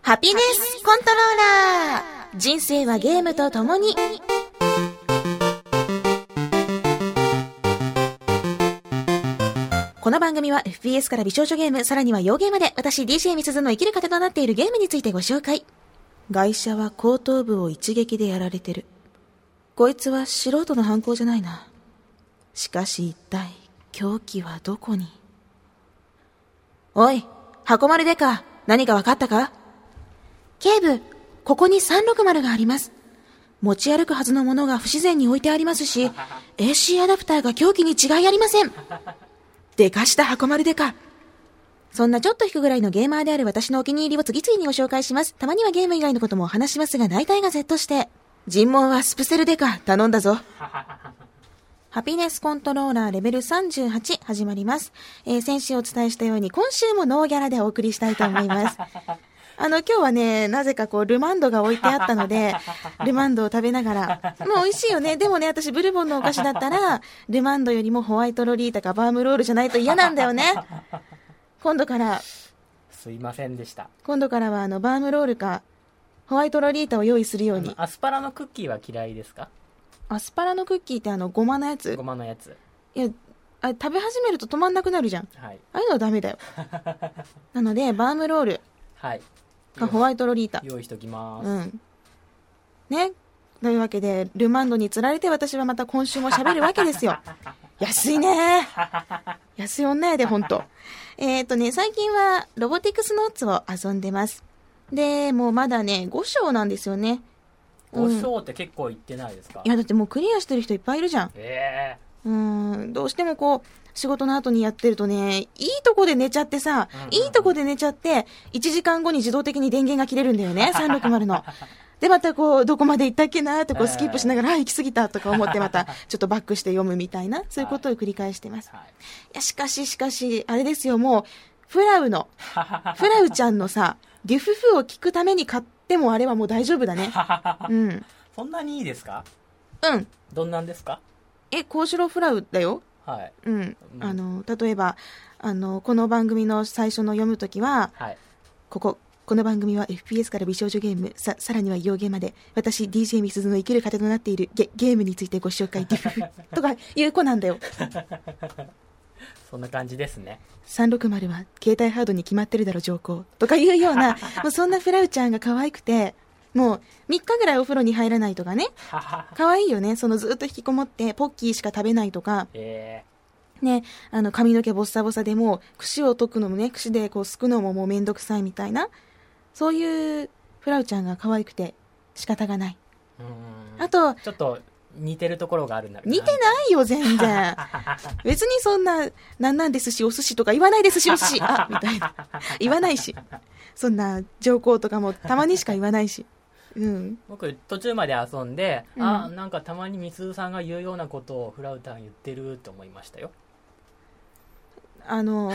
ハピネスコントローラー。人生はゲームとともに。この番組は FPS から美少女ゲーム、さらには洋ゲームまで、私 DJ みすずの生きる糧となっているゲームについてご紹介。外車は後頭部を一撃でやられてる。こいつは素人の犯行じゃないな。しかし一体凶器はどこに。おい、箱丸デカ、何か分かったか？警部、ここに360があります。持ち歩くはずのものが不自然に置いてありますし、AC アダプターが凶器に違いありません。でかした箱丸デカ。そんなちょっと引くぐらいのゲーマーである私のお気に入りを次々にご紹介します。たまにはゲーム以外のこともお話しますが、大体が Z して。尋問はスプセルデカ、頼んだぞ。ハピネスコントローラーレベル38始まります。先週お伝えしたように今週もノーギャラでお送りしたいと思います。今日はね、なぜかルマンドが置いてあったので、ルマンドを食べながら、もう美味しいよね。でもね、私ブルボンのお菓子だったら、ルマンドよりもホワイトロリータかバームロールじゃないと嫌なんだよね。今度から、 すいませんでした。 今度からはバームロールか、ホワイトロリータを用意するように。 アスパラのクッキーは嫌いですか？ アスパラのクッキーってゴマのやつ？ ごまのやつ。 いや、食べ始めると止まんなくなるじゃん。 はい。 ああいうのはダメだよ。なので、バームロール。 はい。 ホワイトロリータ用意しときます。 うん。ね。というわけで、ルマンドに釣られて私はまた今週も喋るわけですよ。安いね。安い女やで、ほんと。最近はロボティクスノーツを遊んでます。で、もうまだね、5章なんですよね。 5章って結構いってないですか？ いや、だってもうクリアしてる人いっぱいいるじゃん。どうしても仕事の後にやってるとね、いいとこで寝ちゃってさ、いいとこで寝ちゃって、1時間後に自動的に電源が切れるんだよね、360の。で、またどこまで行ったっけなってスキップしながら、行き過ぎたとか思ってまた、ちょっとバックして読むみたいな、そういうことを繰り返してます。いや、しかし、あれですよ、もう、フラウちゃんのさ、デュフフを聞くために買ってもあれはもう大丈夫だね。うん。 そんなにいいですか？ うん。 どんなんですか？ コウシロフラウだよ。 はい。 うん。例えば、この番組の最初の読むときは、 はい。 この番組は FPS から美少女ゲーム、さらには洋ゲーまで、私 DJ みすずの生きる糧となっているゲームについてご紹介とかいう子なんだよ。 そんな感じですね。 360は携帯ハードに決まってるだろ上皇とかいうようなもうそんなフラウちゃんが可愛くて、もう3日ぐらいお風呂に入らないとかね。可愛いよね。ずっと引きこもってポッキーしか食べないとか、ね、髪の毛ボッサボサでもう櫛を解くのもね、櫛ですくのももうめんどくさいみたいな、そういうフラウちゃんが可愛くて仕方がない。あとちょっと似てるところがあるんだ。 似てないよ全然。別にそんななんですしお寿司とか言わないですしお寿司みたいな言わないし、そんな上皇とかもたまにしか言わないし。うん、 僕途中まで遊んで、なんかたまにみすずさんが言うようなことをフラウタン言ってると思いましたよ。 デ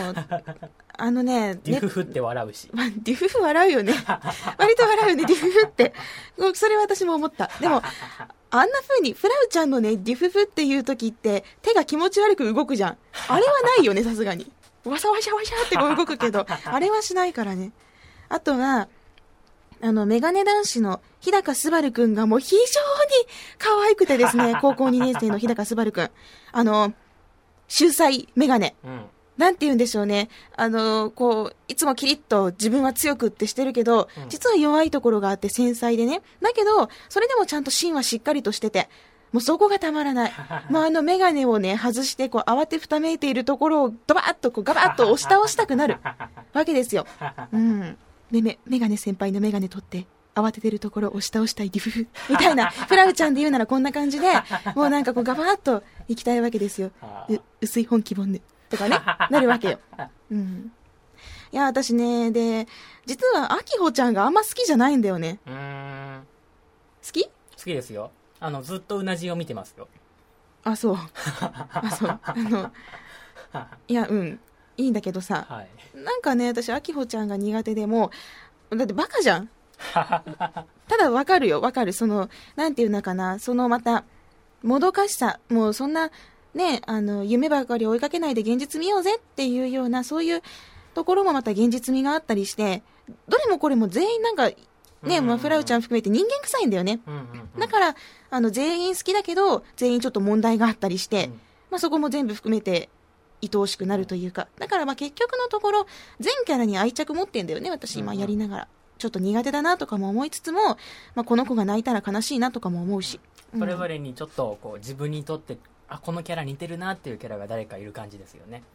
ュフフって笑うし、 デュフフ笑うよね。割と笑うよねデュフフって。それは私も思った。でもあんな風にフラウちゃんのねデュフフっていう時って手が気持ち悪く動くじゃん。あれはないよね、さすがに。わしゃわしゃわしゃって動くけどあれはしないからね。あとはメガネ男子の日高すばるくんがもう非常に可愛くてですね、高校2年生の日高すばるくん。秀才メガネ。なんて言うんでしょうね。いつもキリッと自分は強くってしてるけど、実は弱いところがあって繊細でね。だけど、それでもちゃんと芯はしっかりとしてて、もうそこがたまらない。もうメガネをね、外して、慌てふためいているところをドバーッとガバッと押し倒したくなるわけですよ。うん。で、メガネ先輩のメガネ取って、慌ててるところを押し倒したいディフフみたいな、フラウちゃんで言うならこんな感じで、もうなんかガバーッと行きたいわけですよ。薄い本気本音とかね、なるわけよ。うん。いや、私ね、で、実はアキホちゃんがあんま好きじゃないんだよね。好き？ 好きですよ。ずっとうなじを見てますよ。 あ、そう。そう。いや、いいんだけどさ、なんかね、私アキホちゃんが苦手でも、だってバカじゃん。ただわかるよ、わかる。なんていうのかな、またもどかしさ、もうそんなね、夢ばかり追いかけないで現実見ようぜっていうような、そういうところもまた現実味があったりして、 どれもこれも全員なんかね、まあ、フラウちゃん含めて人間臭いんだよね。だから全員好きだけど全員ちょっと問題があったりして、まあ、そこも全部含めて愛おしくなるというか、だからまあ結局のところ全キャラに愛着持ってんだよね、私今やりながら。ちょっと苦手だなとかも思いつつも、まあ、この子が泣いたら悲しいなとかも思うし、 それぞれにちょっとこう自分にとってこのキャラ似てるなっていうキャラが誰かいる感じですよね。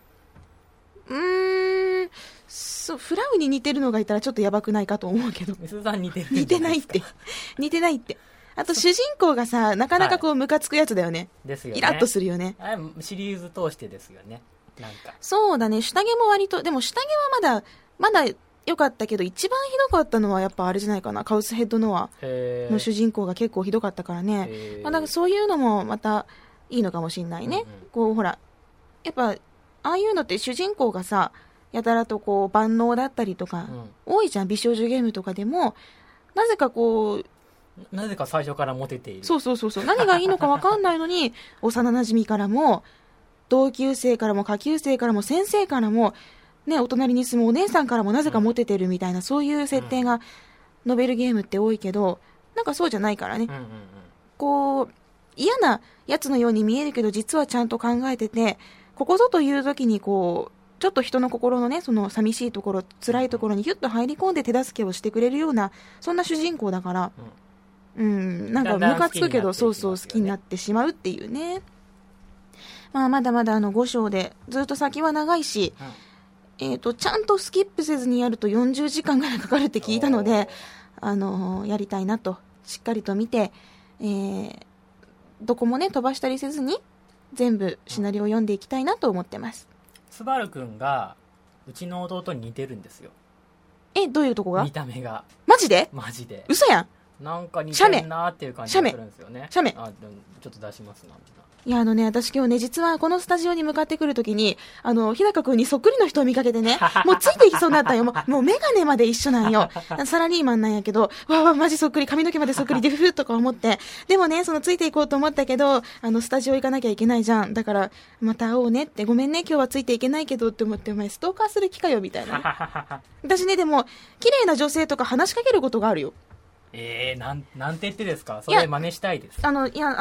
そう、フラウに似てるのがいたらちょっとやばくないかと思うけど、 みすさん似てる似てないって似てないって。あと主人公がさ、なかなかこうムカつくやつだよね。 ですよね。 イラッとするよね。 シリーズ通してですよね。なんかそうだね、下着も割と、でも下着はまだ良かったけど、一番ひどかったのはやっぱあれじゃないかな、カウスヘッドノアの主人公が結構ひどかったからね。まあ、だからそういうのもまたいいのかもしれないね。こうほら、やっぱああいうのって主人公がさ、やたらとこう万能だったりとか、多いじゃん。美少女ゲームとかでもなぜかこう、 なぜか最初からモテている。 そう何がいいのか分かんないのに幼なじみからも同級生からも下級生からも先生からも、ね、お隣に住むお姉さんからもなぜかモテてるみたいな、そういう設定がノベルゲームって多いけど、なんかそうじゃないからね、こう嫌なやつのように見えるけど実はちゃんと考えてて、ここぞという時にこうちょっと人の心のね、その寂しいところ辛いところにヒュッと入り込んで手助けをしてくれるような、そんな主人公だから、なんかムカつくけど、そう好きになってしまうっていうね。まあ、まだまだ5章でずっと先は長いし、ちゃんとスキップせずにやると40時間ぐらいかかるって聞いたので、やりたいなと、しっかりと見て、どこもね飛ばしたりせずに全部シナリオを読んでいきたいなと思ってます。 スバルくんがうちの弟に似てるんですよ。 どういうとこが？ 見た目が。 マジで嘘やん。 なんか似てるなーっていう感じがするんですよね。 写メちょっと出しますな。 いや私今日ね、実はこのスタジオに向かってくるときに日高くんにそっくりの人を見かけてね、もうついていきそうになったよ。もうメガネまで一緒なんよ。サラリーマンなんやけど、わマジそっくり、髪の毛までそっくりでふふとか思って、でもね、そのついていこうと思ったけど、スタジオ行かなきゃいけないじゃん。だからまた会おうねって、ごめんね今日はついていけないけどって思って、お前ストーカーする気かよみたいな。私ね、でも綺麗な女性とか話しかけることがあるよ。 なんて言ってですか？それ真似したいです。 ね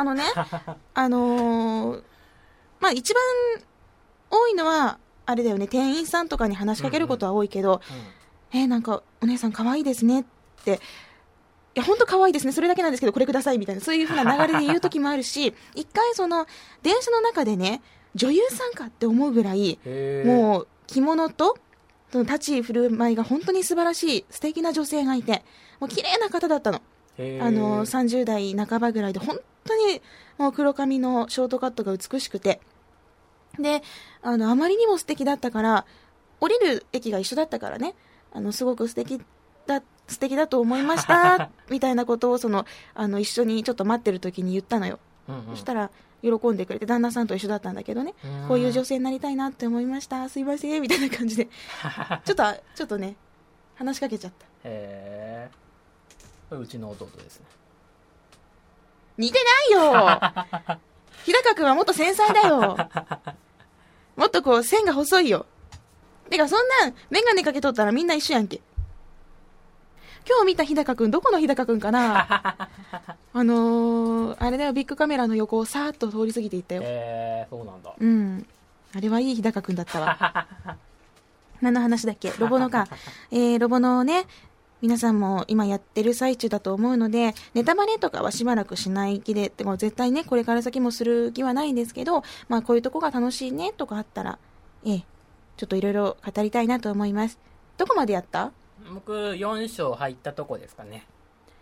まあ一番多いのはあれだよね、店員さんとかに話しかけることは多いけど、なんかお姉さん可愛いですねって、いや本当可愛いですね、それだけなんですけどこれくださいみたいな、そういう風な流れで言う時もあるし、一回その電車の中でね、女優さんかって思うぐらい、もう着物とその立ち振る舞いが本当に素晴らしい素敵な女性がいて、もう綺麗な方だったの。30代半ばぐらいで、本当にもう黒髪のショートカットが美しくて、であまりにも素敵だったから、降りる駅が一緒だったからね、すごく素敵だと思いましたみたいなことを一緒にちょっと待ってる時に言ったのよ。そしたら喜んでくれて、旦那さんと一緒だったんだけどね、こういう女性になりたいなって思いました、すいませんみたいな感じでちょっとね話しかけちゃった。 これうちの弟ですね。 似てないよ日高君はもっと繊細だよもっとこう線が細いよ。てかそんなんメガネかけとったらみんな一緒やんけ。今日見た日高君どこの日高君かなあれだよ、ビッグカメラの横をさーっと通り過ぎていったよ。 そうなんだ。 あれはいい日高君だったわ何の話だっけ？ロボノか。ロボノね、皆さんも今やってる最中だと思うので、ネタバレとかはしばらくしない気で、も絶対ねこれから先もする気はないんですけど、まあこういうとこが楽しいねとかあったら、ちょっといろいろ語りたいなと思います。どこまでやった？ 僕4章入ったとこですかね。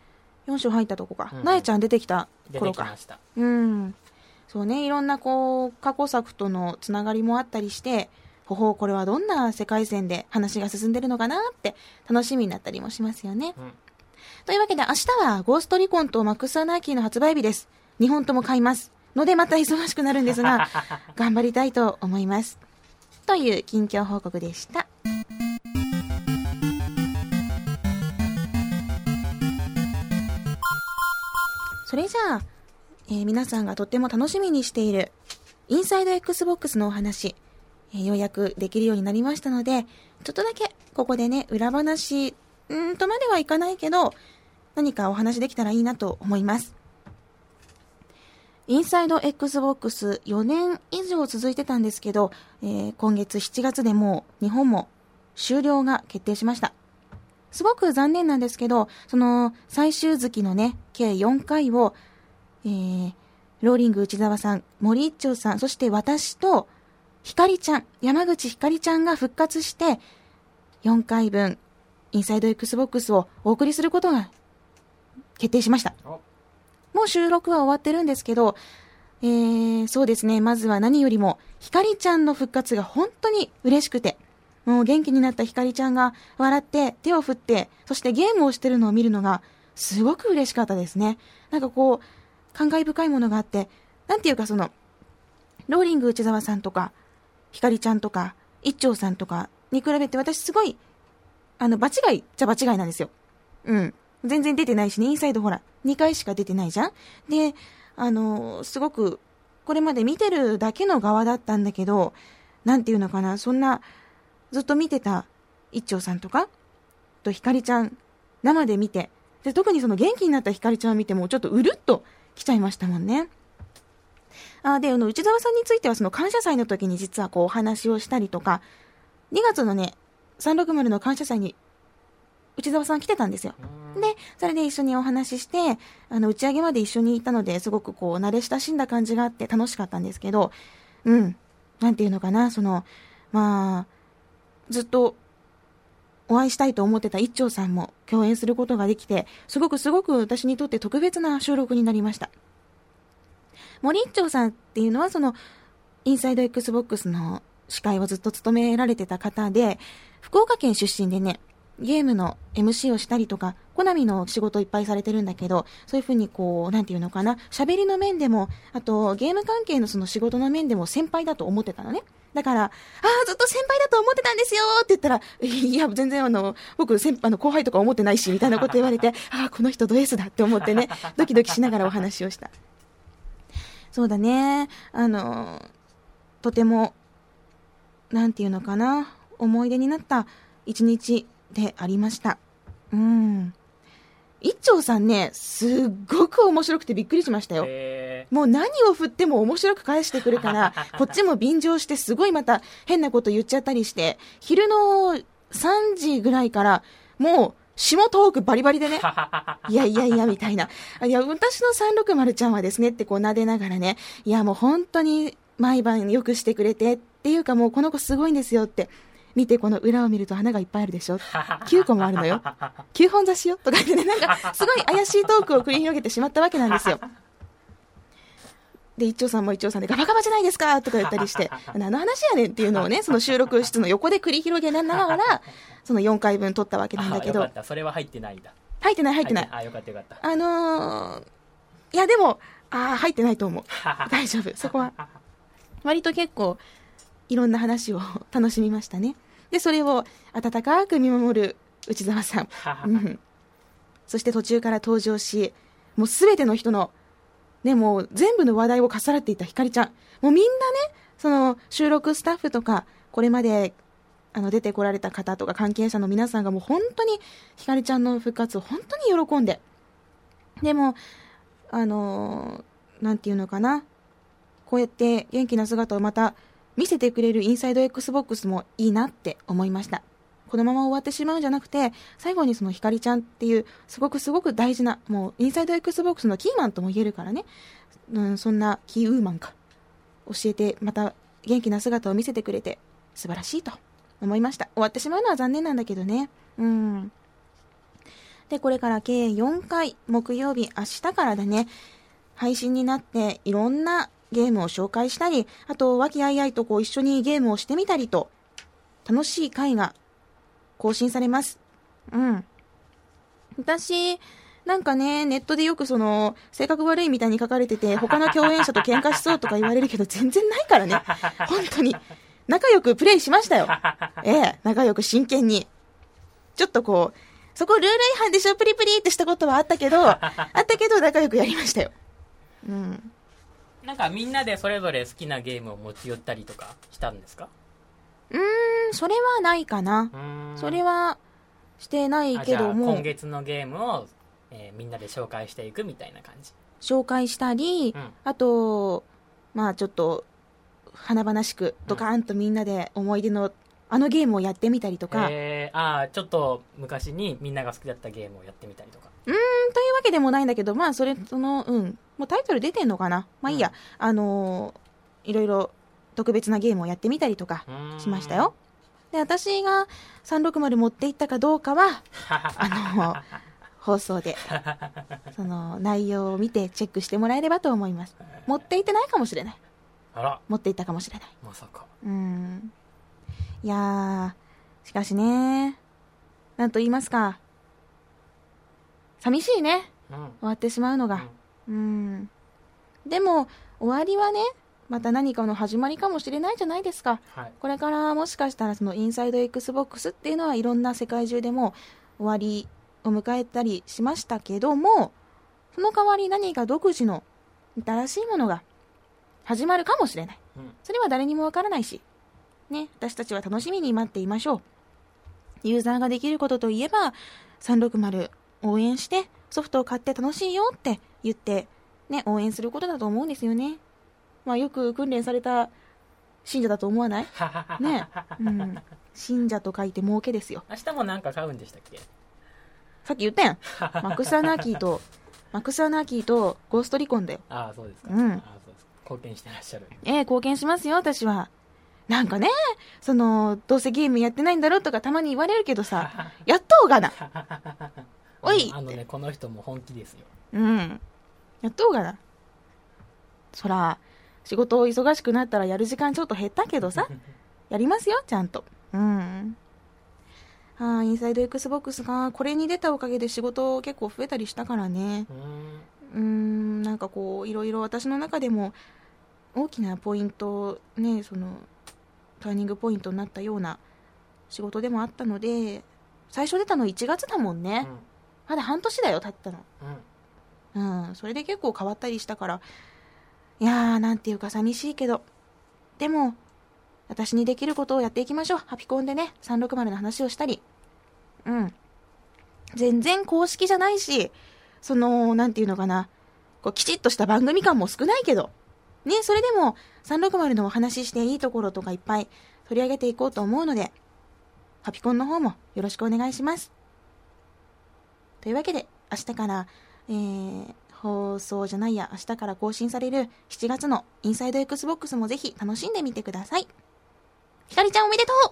4章入ったとこか。なえちゃん出てきた頃か。 出てきました。 そうね、いろんなこう過去作とのつながりもあったりして、これはどんな世界線で話が進んでるのかなって楽しみになったりもしますよね。というわけで明日はゴーストリコンとマックスアナーキーの発売日です。2本とも買いますので、また忙しくなるんですが頑張りたいと思いますという近況報告でした。それじゃあ、皆さんがとっても楽しみにしているインサイド XBOX のお話、ようやくできるようになりましたので、ちょっとだけここでね裏話とまではいかないけど、何かお話できたらいいなと思います。インサイド Xbox 4年以上続いてたんですけど、今月7月でもう日本も終了が決定しました。すごく残念なんですけど、その最終月のね、計4回を、ローリング内澤さん、森一丁さん、そして私とひかりちゃん、山口ひかりちゃんが復活して4回分インサイド Xbox をお送りすることが決定しました。もう収録は終わってるんですけど、そうですね、まずは何よりもひかりちゃんの復活が本当に嬉しくて、もう元気になったひかりちゃんが笑って手を振って、そしてゲームをしてるのを見るのがすごく嬉しかったですね。なんかこう感慨深いものがあって、なんていうかそのローリング内澤さんとかひかりちゃんとか一丁さんとかに比べて、私すごい場違いじゃ場違いなんですよ。全然出てないしね。インサイドほら2回しか出てないじゃん。で、すごくこれまで見てるだけの側だったんだけど、なんていうのかな、そんなずっと見てた一丁さんとかとひかりちゃん生で見て、で特にその元気になったひかりちゃんを見てもちょっとうるっと来ちゃいましたもんね。で、内澤さんについてはその感謝祭の時に実はこうお話をしたりとか、2月のね360の感謝祭に内澤さん来てたんですよ。で、それで一緒にお話しして、打ち上げまで一緒に行ったので、すごくこう慣れ親しんだ感じがあって楽しかったんですけど、なんていうのかな、ずっとお会いしたいと思ってた一丁さんも共演することができて、すごく私にとって特別な収録になりました。森一丁さんっていうのはそのインサイド Xbox の司会をずっと務められてた方で、福岡県出身でね、ゲームの MC をしたりとか、コナミの仕事いっぱいされてるんだけど、そういう風にこう、なんていうのかな、喋りの面でも、あとゲーム関係のその仕事の面でも先輩だと思ってたのね。だから、ずっと先輩だと思ってたんですよって言ったら、いや、全然僕後輩とか思ってないし、みたいなこと言われて、この人ド S だって思ってね、ドキドキしながらお話をした。そうだね、とても、なんていうのかな、思い出になった一日でありました。一丁さんね、すっごく面白くてびっくりしましたよ。もう何を振っても面白く返してくるからこっちも便乗して、すごいまた変なこと言っちゃったりして、昼の3時ぐらいからもう下トークバリバリでねいやみたいな、いや私の360ちゃんはですねってこう撫でながらね、いやもう本当に毎晩よくしてくれてっていうか、もうこの子すごいんですよって、見てこの裏を見ると花がいっぱいあるでしょ、9個もあるのよ、9本差しよとか言ってね、なんかすごい怪しいトークを繰り広げてしまったわけなんですよ。で一丁さんも一丁さんでガバガバじゃないですかとか言ったりして、何の話やねんっていうのをね、その収録室の横で繰り広げながらその4回分撮ったわけなんだけど、 よかった、それは入ってないんだ。 入ってない。 よかったいやでも入ってないと思う大丈夫、そこは割と結構いろんな話を楽しみましたね。でそれを温かく見守る内澤さん、そして途中から登場し、もうすべての人のね、もう全部の話題をかっさらっていたひかりちゃん、もうみんなね、その収録スタッフとかこれまで出てこられた方とか関係者の皆さんがもう本当にひかりちゃんの復活を本当に喜んで、でもなんていうのかな、こうやって元気な姿をまた見せてくれるインサイド Xbox もいいなって思いました。このまま終わってしまうんじゃなくて、最後にそのひかりちゃんっていうすごく大事な、もうインサイド Xbox のキーマンとも言えるからね、そんなキーウーマンか教えて、また元気な姿を見せてくれて素晴らしいと思いました。終わってしまうのは残念なんだけどね。でこれから計4回木曜日、明日からだね、配信になっていろんなゲームを紹介したり、あと和気あいあいとこう一緒にゲームをしてみたりと、楽しい回が更新されます。私なんかね、ネットでよくその性格悪いみたいに書かれてて、他の共演者と喧嘩しそうとか言われるけど全然ないからね。本当に仲良くプレイしましたよ。仲良く真剣に、ちょっとこうそこルール違反でしょプリプリってしたことはあったけど仲良くやりましたよ。 なんかみんなでそれぞれ好きなゲームを持ち寄ったりとかしたんですか？ それはないかな。それはしてないけどじゃあも今月のゲームを、みんなで紹介していくみたいな感じ。 紹介したり、 うんあとまあちょっと華々しくドカーンとみんなで思い出のあのゲームをやってみたりとか、 ちょっと昔にみんなが好きだったゲームをやってみたりとか。 というわけでもないんだけど、まあそのもうタイトル出てんのかな、まあいいや、いろいろ特別なゲームをやってみたりとかしましたよ。で、私が360持っていったかどうかは放送でその内容を見てチェックしてもらえればと思います。持っていってないかもしれない。 あら、 持っていったかもしれない。 まさか。 いやー、しかしね、なんと言いますか、寂しいね、終わってしまうのが。でも終わりはね、また何かの始まりかもしれないじゃないですか。 はい、 これからもしかしたらそのインサイド XBOX っていうのはいろんな世界中でも終わりを迎えたりしましたけども、その代わり何か独自の新しいものが始まるかもしれない。それは誰にもわからないし、ね、私たちは楽しみに待っていましょう。ユーザーができることといえば、360応援してソフトを買って楽しいよって言って、ね、応援することだと思うんですよね。まあ、よく訓練された信者だと思わないね、信者と書いて儲けですよ。 明日もなんか買うんでしたっけ？ さっき言ったやん。マックスアナーキーとゴーストリコンだよ。 ああ、そうですか。 そうです。 貢献してらっしゃる。 貢献しますよ、私は。なんかね、どうせゲームやってないんだろうとかたまに言われるけどさ、やっとうがな。おいこの人も本気ですよ。 やっとうがな。そら、仕事忙しくなったらやる時間ちょっと減ったけどさ、やりますよ、ちゃんと。インサイド XBOX がこれに出たおかげで仕事結構増えたりしたからね。なんかこういろいろ私の中でも大きなポイントね、ターニングポイントになったような仕事でもあったので、最初出たの1月だもんね。まだ半年だよ、経ったの。それで結構変わったりしたから、いやー、なんていうか寂しいけど、でも私にできることをやっていきましょう。ハピコンでね、360の話をしたり、全然公式じゃないし、なんていうのかな、こうきちっとした番組感も少ないけどね、それでも360のお話ししていいところとかいっぱい取り上げていこうと思うので、ハピコンの方もよろしくお願いします。というわけで、明日から、放送じゃないや、明日から更新される7月のインサイド XBOX もぜひ楽しんでみてください。ひかりちゃんおめでとう。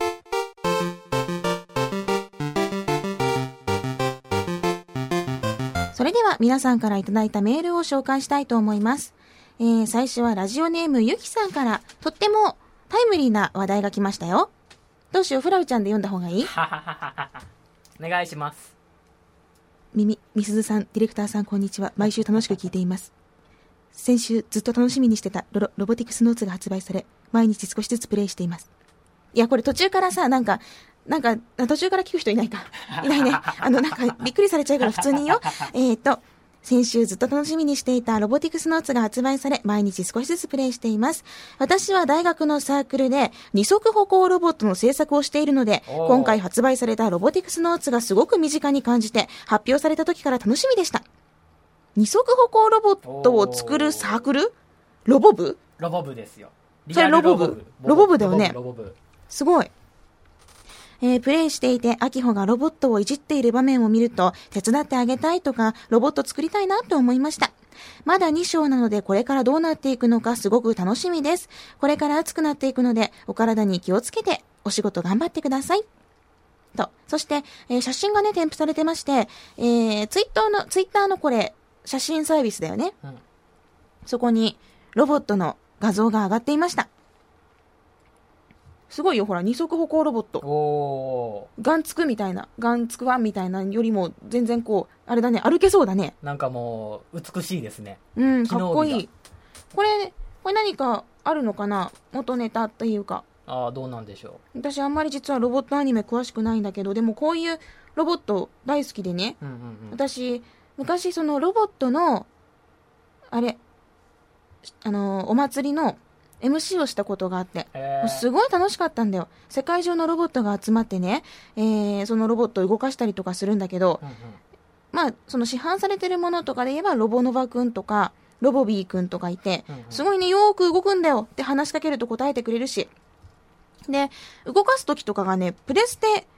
それでは皆さんからいただいたメールを紹介したいと思います。最初はラジオネームゆきさんから、とってもタイムリーな話題が来ましたよ。どうしよう、フラウちゃんで読んだ方がいい？ お願いします。 みすずさん、ディレクターさん、こんにちは。毎週楽しく聞いています。先週ずっと楽しみにしてたロボティクスノーツが発売され、毎日少しずつプレイしています。いや、これ途中からさ、なんか途中から聞く人いないか。いないね。なんかびっくりされちゃうから普通によ。先週ずっと楽しみにしていたロボティクスノーツが発売され、毎日少しずつプレイしています。私は大学のサークルで二足歩行ロボットの制作をしているので、今回発売されたロボティクスノーツがすごく身近に感じて、発表された時から楽しみでした。二足歩行ロボットを作るサークル？ロボ部？ ロボ部ですよ。 それロボ部？ロボ部だよね。 ロボ部。 すごい。プレイしていて、アキホがロボットをいじっている場面を見ると、手伝ってあげたいとか、ロボット作りたいなと思いました。まだ2章なので、これからどうなっていくのかすごく楽しみです。これから暑くなっていくので、お体に気をつけて、お仕事頑張ってください。と、そして、写真がね、添付されてまして、ツイッターのこれ、写真サービスだよね。そこに、ロボットの画像が上がっていました。すごいよ、ほら、二足歩行ロボット。ガンツクワンみたいなよりも全然こう、あれだね、歩けそうだね。 なんかもう美しいですね。 かっこいい。これ何かあるのかな、元ネタっていうか。 どうなんでしょう。私あんまり実はロボットアニメ詳しくないんだけど、でもこういうロボット大好きでね。私昔そのロボットのあれ、お祭りの MC をしたことがあって、すごい楽しかったんだよ。世界中のロボットが集まってね、そのロボットを動かしたりとかするんだけど、まあ、その市販されてるものとかで言えば、ロボノバくんとか、ロボビーくんとかいて、すごいね、よーく動くんだよって話しかけると答えてくれるし、で、動かすときとかがね、プレステ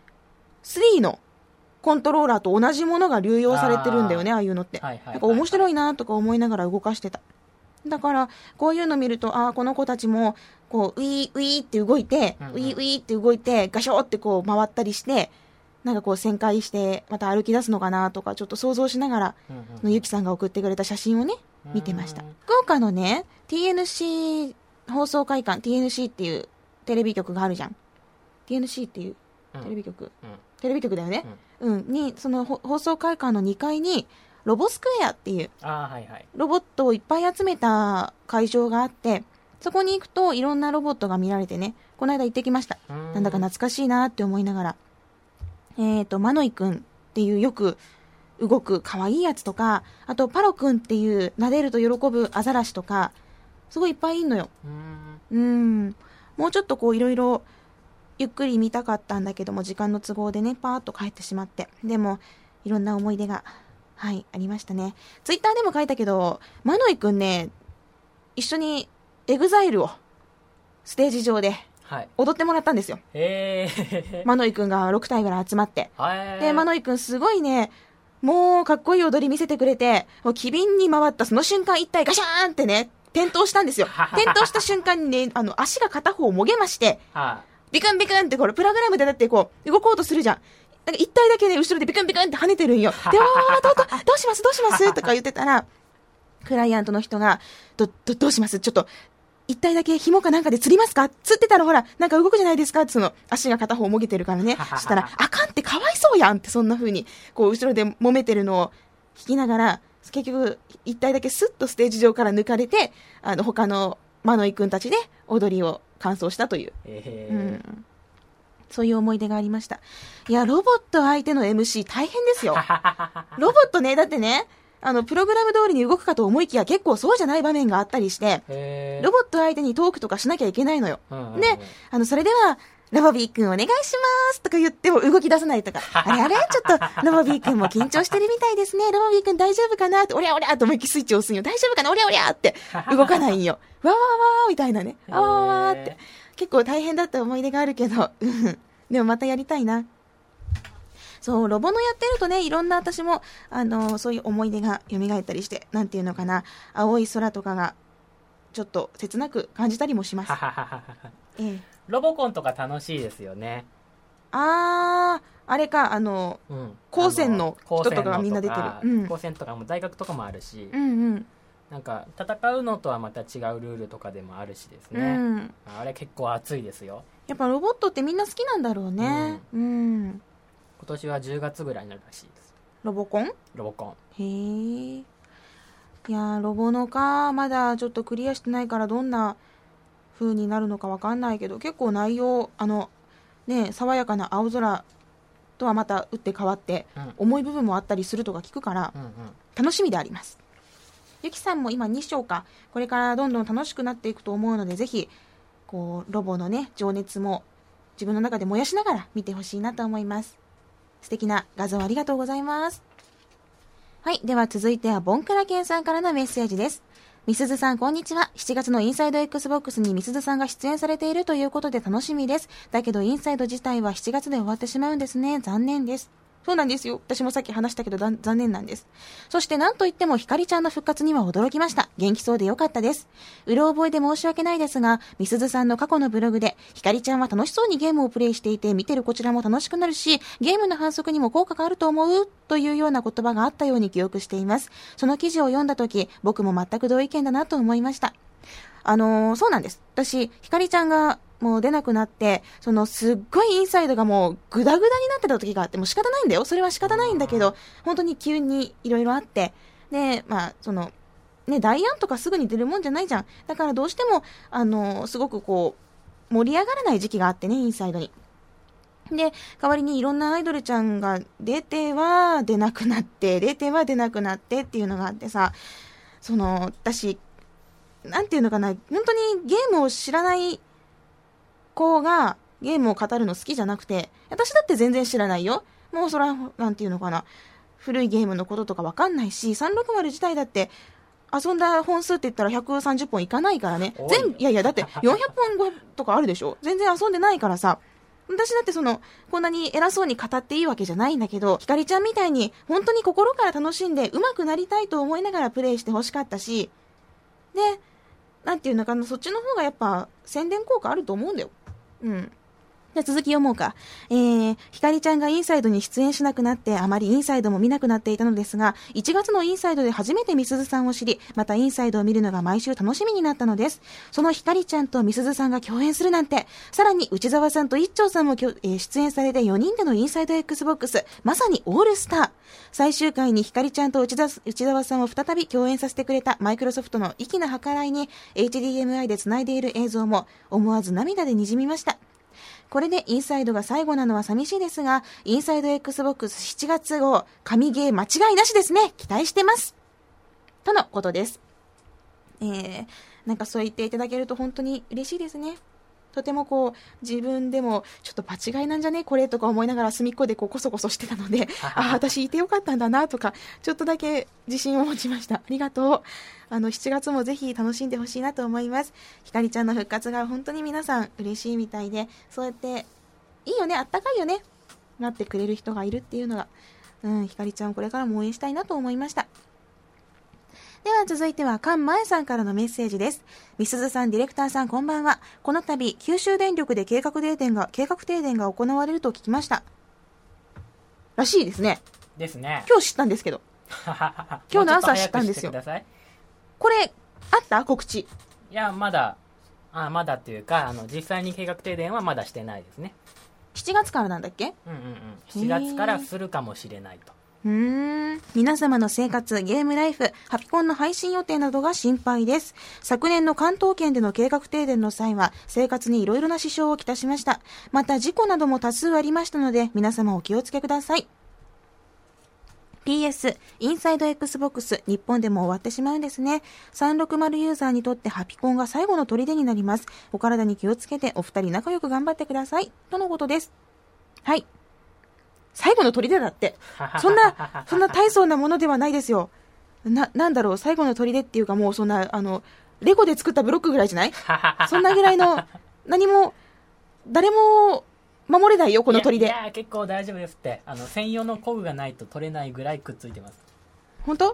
3のコントローラーと同じものが流用されてるんだよね、ああいうのって。なんか面白いなとか思いながら動かしてた。だから、こういうの見ると、この子たちも、こう、ウィー、ウィーって動いて、ウィー、ウィーって動いて、ガショーってこう回ったりして、なんかこう旋回して、また歩き出すのかなとか、ちょっと想像しながら、ゆきさんが送ってくれた写真をね、見てました。福岡のね、TNC 放送会館、TNC っていうテレビ局があるじゃん。TNC っていうテレビ局。テレビ局だよね。に、その放送会館の2階に、ロボスクエアっていう、ロボットをいっぱい集めた会場があって、そこに行くといろんなロボットが見られてね、この間行ってきました。なんだか懐かしいなって思いながら。マノイくんっていうよく動く可愛いやつとか、あとパロくんっていう撫でると喜ぶアザラシとか、すごいいっぱいいんのよ。もうちょっとこういろいろゆっくり見たかったんだけども、時間の都合でね、パーッと帰ってしまって。でも、いろんな思い出が、はい、ありましたね。ツイッターでも書いたけど、マノイくんね、一緒にエグザイルをステージ上で踊ってもらったんですよ。マノイくんが6体ぐらい集まって。で、マノイくんすごいね、もうかっこいい踊り見せてくれて、もう機敏に回ったその瞬間一体ガシャーンってね、転倒したんですよ。転倒した瞬間にね、足が片方もげまして、ビクンビクンってこれプログラムでだってこう動こうとするじゃん。なんか一体だけね後ろでビクンビクンって跳ねてるんよ。で、どうしますとか言ってたら、クライアントの人がどうします、ちょっと一体だけ紐かなんかで釣りますか、釣ってたらほらなんか動くじゃないですかって、その足が片方もげてるからね。そしたらあかんってかわいそうやんって、そんな風にこう後ろで揉めてるのを聞きながら、結局一体だけスッとステージ上から抜かれて、他のマノイくんたちで踊りを完走したという、そういう思い出がありました。いや、ロボット相手の MC 大変ですよ。ロボットね、だってね、プログラム通りに動くかと思いきや結構そうじゃない場面があったりして、ロボット相手にトークとかしなきゃいけないのよ。で、それでは、ロボビー君お願いしますとか言っても動き出さないとか、あれちょっとロボビー君も緊張してるみたいですね、ロボビー君大丈夫かなって、おりゃおりゃと思いっきりスイッチ押すんよ。大丈夫かな、おりゃおりゃって動かないんよ。わーわーわーみたいなね、わーわーわーって結構大変だった思い出があるけど、でもまたやりたいな。そう、ロボのやってるとね、いろんな私もそういう思い出が蘇ったりして、なんていうのかな、青い空とかがちょっと切なく感じたりもします。 ロボコンとか楽しいですよね。 あれか、高専の人とかがみんな出てる。 高専とかも大学とかもあるし、なんか戦うのとはまた違うルールとかでもあるしですね。あれ結構熱いですよ。 やっぱロボットってみんな好きなんだろうね。 今年は10月ぐらいになるらしいです。 ロボコン。へえ。いや、ロボのかまだちょっとクリアしてないからどんな風になるのかわかんないけど、結構内容ね、爽やかな青空とはまた打って変わって、重い部分もあったりするとか聞くから、楽しみであります。ゆきさんも今2章か、これからどんどん楽しくなっていくと思うので、ぜひこうロボのね情熱も自分の中で燃やしながら見てほしいなと思います。素敵な画像ありがとうございます。はい、では続いてはボンクラケンさんからのメッセージです。みすずさんこんにちは。7月のインサイド XBOX にみすずさんが出演されているということで楽しみです。だけどインサイド自体は7月で終わってしまうんですね。残念です。そうなんですよ。私もさっき話したけど残念なんです。そして何といってもひかりちゃんの復活には驚きました。元気そうでよかったです。うろ覚えで申し訳ないですが、みすずさんの過去のブログでひかりちゃんは楽しそうにゲームをプレイしていて見てるこちらも楽しくなるし、ゲームの反則にも効果があると思うというような言葉があったように記憶しています。その記事を読んだ時、僕も全く同意見だなと思いました。そうなんです。私、ひかりちゃんがもう出なくなって、すっごいインサイドがもうグダグダになってた時があって、もう仕方ないんだよ。それは仕方ないんだけど、本当に急にいろいろあって、で、ダイアンとかすぐに出るもんじゃないじゃん。だからどうしても、すごくこう、盛り上がらない時期があってね、インサイドに。で、代わりにいろんなアイドルちゃんが出ては出なくなって、出ては出なくなってっていうのがあってさ、私、 なんていうのかな、本当にゲームを知らない子がゲームを語るの好きじゃなくて、私だって全然知らないよ。もうそら、なんていうのかな、古いゲームのこととかわかんないし、360自体だって遊んだ本数って言ったら130本いかないからね。いやいや、だって400本とかあるでしょ。全然遊んでないからさ。私だってこんなに偉そうに語っていいわけじゃないんだけど、ひかりちゃんみたいに本当に心から楽しんで上手くなりたいと思いながらプレイしてほしかったし、で、なんていうのかな、そっちの方がやっぱ宣伝効果あると思うんだよ。うん。じゃあ続き読もうか。ひかりちゃんがインサイドに出演しなくなってあまりインサイドも見なくなっていたのですが、1月のインサイドで初めてみすずさんを知り、またインサイドを見るのが毎週楽しみになったのです。そのひかりちゃんとみすずさんが共演するなんて、さらに内澤さんと一丁さんも出演されて4人でのインサイド XBOX、まさにオールスター。最終回にひかりちゃんと内澤さんを再び共演させてくれたマイクロソフトの粋な計らいに HDMI で繋いでいる映像も思わず涙でにじみました。これでインサイドが最後なのは寂しいですが、インサイド XBOX 7月号、神ゲー間違いなしですね。期待してます。とのことです。なんかそう言っていただけると本当に嬉しいですね。とても自分でもちょっと間違いなんじゃねこれとか思いながら隅っこでこそこそしてたので私いてよかったんだなとかちょっとだけ自信を持ちました。ありがとう。7月もぜひ楽しんでほしいなと思います。ひかりちゃんの復活が本当に皆さん嬉しいみたいで、そうやっていいよね、あったかいよね、なってくれる人がいるっていうのが、ひかりちゃんこれからも応援したいなと思いました。では続いては菅前さんからのメッセージです。みすずさん、ディレクターさん、こんばんは。この度九州電力で計画停電が行われると聞きましたらしいですね。 ですね。 今日知ったんですけど今日の朝知ったんですよ。これあった告知？ いや、まだっていうか実際に計画停電はまだしてないですね。 7月からなんだっけ ？7月からするかもしれないと。 皆様の生活、ゲームライフ、ハピコンの配信予定などが心配です。昨年の関東圏での計画停電の際は生活にいろいろな支障をきたしました。また事故なども多数ありましたので皆様お気をつけください。 PS インサイド XBOX 日本でも終わってしまうんですね。360ユーザーにとってハピコンが最後の砦になります。お体に気をつけてお二人仲良く頑張ってくださいとのことです。はい、最後の砦だって。そんな大層なものではないですよ。なんだろう、最後の砦っていうかもうそんな、レゴで作ったブロックぐらいじゃないそんなぐらいの、誰も守れないよ、この砦。いや、結構大丈夫ですって。専用の工具がないと取れないぐらいくっついてます。 本当？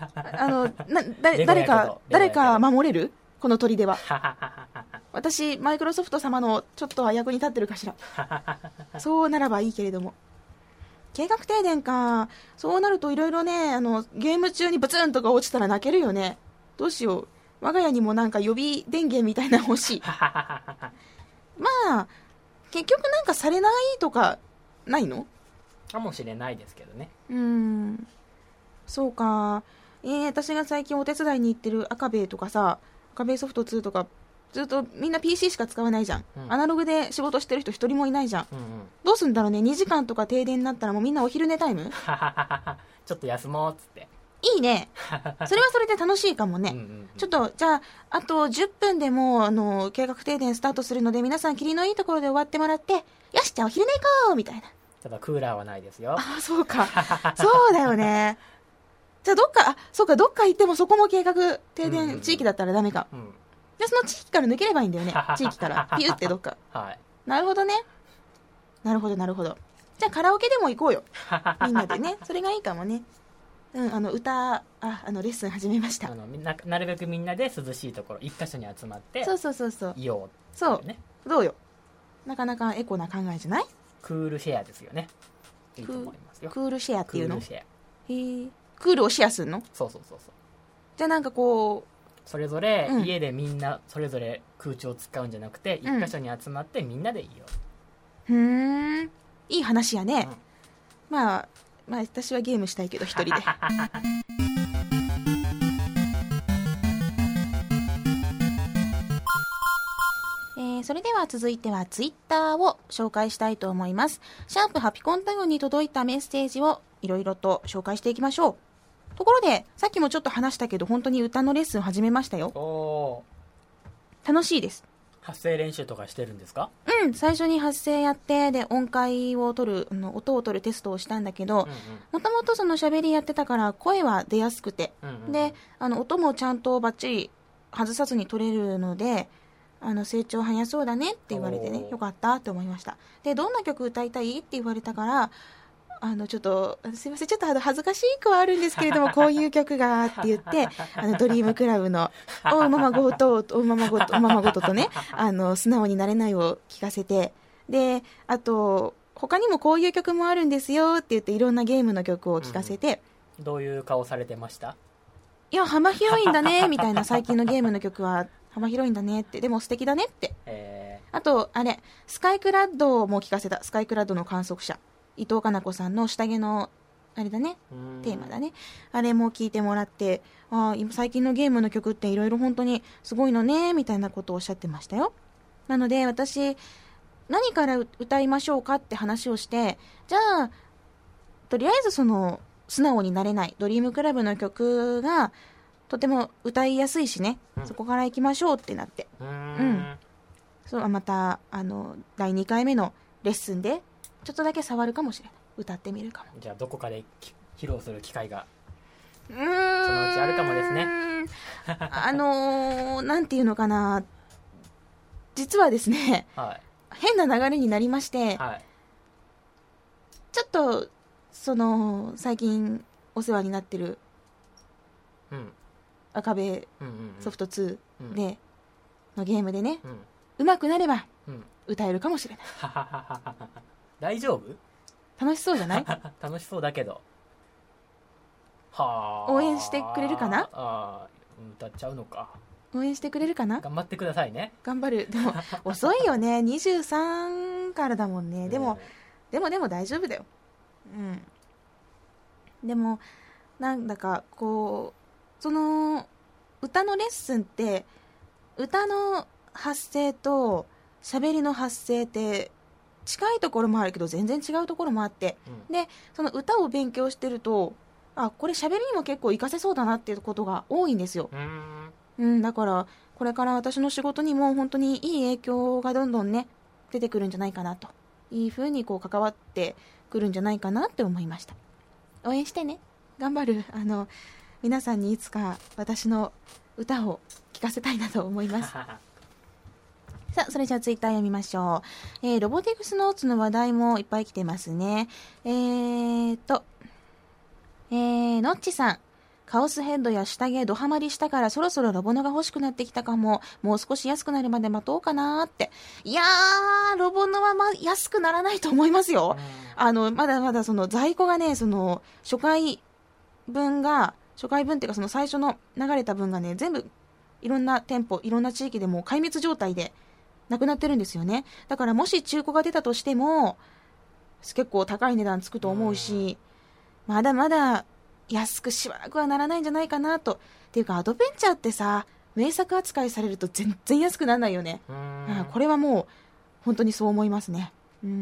誰か守れる？この砦は。私、マイクロソフト様のちょっとは役に立ってるかしら。そうならばいいけれども。計画停電か。そうなるといろいろね、ゲーム中にブツンとか落ちたら泣けるよね。どうしよう。我が家にもなんか予備電源みたいなの欲しい。まあ、結局なんかされないとか、ないの？ かもしれないですけどね。 そうか。私が最近お手伝いに行ってる赤ベイとかさ、赤ベイソフト2とか、ずっとみんな PC しか使わないじゃん、アナログで仕事してる人一人もいないじゃん、どうすんだろうね。2時間とか停電になったらもうみんなお昼寝タイムちょっと休もうっつって。 いいね。それはそれで楽しいかもね。ちょっとじゃああと10分でもう計画停電スタートするので皆さん霧のいいところで終わってもらって、よしじゃあお昼寝行こうみたいな。 ただクーラーはないですよ。 そうか。そうだよね。じゃあどっか行ってもそこも計画停電地域だったらダメか。でその地域から抜ければいいんだよね。地域からピュってどっか。 はい。 なるほどね。なるほど。じゃあカラオケでも行こうよ。みんなでね。それがいいかもね。歌レッスン始めました。 なるべくみんなで涼しいところ一箇所に集まってそういよう。 そうね。どうよ。なかなかエコな考えじゃない？ クールシェアですよね。いいと思いますよ。 クールシェアっていうの？ クールシェア。 へえ。クールをシェアするの？ そう。 じゃあなんかこうそれぞれ家でみんなそれぞれ空調を使うんじゃなくて、一箇所に集まってみんなでいいよ。 いい話やね。まあ私はゲームしたいけど一人で。それでは続いてはツイッターを紹介したいと思います。シャープハピコンタグに届いたメッセージをいろいろと紹介していきましょう。 ところでさっきもちょっと話したけど本当に歌のレッスン始めましたよ。 お楽しいです。 発声練習とかしてるんですか？ うん、最初に発声やって、で音階を取る音を取るテストをしたんだけど、もともとその喋りやってたから声は出やすくて、で音もちゃんとバッチリ外さずに取れるので、成長早そうだねって言われてね、よかったって思いました。でどんな曲歌いたいって言われたから、ちょっとすいません、ちょっと恥ずかしい句はあるんですけれどもこういう曲がって言ってドリームクラブのおままごととね素直になれないを聞かせて、であと他にもこういう曲もあるんですよって言っていろんなゲームの曲を聞かせて、 どういう顔されてました？ いや幅広いんだねみたいな、最近のゲームの曲は幅広いんだねって、でも素敵だねって、あとあれスカイクラッドも聞かせた。スカイクラッドの観測者伊藤かな子さんの下着のあれだね、テーマだね、あれも聞いてもらって、今最近のゲームの曲っていろいろ本当にすごいのねみたいなことをおっしゃってましたよ。なので私何から歌いましょうかって話をして、じゃあとりあえずその素直になれないドリームクラブの曲がとても歌いやすいしね、そこから行きましょうってなって、そうまた第2回目のレッスンでちょっとだけ触るかもしれない、歌ってみるかも。 じゃあどこかで披露する機会がそのうちあるかもですね。 なんていうのかな、実はですね、変な流れになりまして、ちょっとその最近お世話になってる赤べソフト2でのゲームでね、上手くなれば歌えるかもしれない。 大丈夫？ 楽しそうじゃない？ 楽しそうだけど。 応援してくれるかな？ 歌っちゃうのか。 応援してくれるかな？ 頑張ってくださいね。 頑張る。でも遅いよね。23からだもんね。でも大丈夫だよ。でもなんだかこうその歌のレッスンって歌の発声と喋りの発声って近いところもあるけど全然違うところもあって、でその歌を勉強してるとこれ喋りにも結構活かせそうだなっていうことが多いんですよ。だからこれから私の仕事にも本当にいい影響がどんどんね出てくるんじゃないかなと、いい風にこう関わってくるんじゃないかなって思いました。応援してね、頑張る。皆さんにいつか私の歌を聴かせたいなと思いますさあ、それじゃあツイッター読みましょう。ロボティクスノーツの話題もいっぱい来てますね。のっちさん、カオスヘッドや下着ドハマりしたからそろそろロボノが欲しくなってきたかも。もう少し安くなるまで待とうかなって。いやー、ロボノは安くならないと思いますよ。まだまだその在庫がね、その初回分っていうかその最初の流れた分がね、全部いろんな店舗いろんな地域でもう壊滅状態でなくなってるんですよね。だからもし中古が出たとしても結構高い値段つくと思うし、まだまだ安くしばらくはならないんじゃないかなと。っていうかアドベンチャーってさ、名作扱いされると全然安くならないよね。これはもう本当にそう思いますね。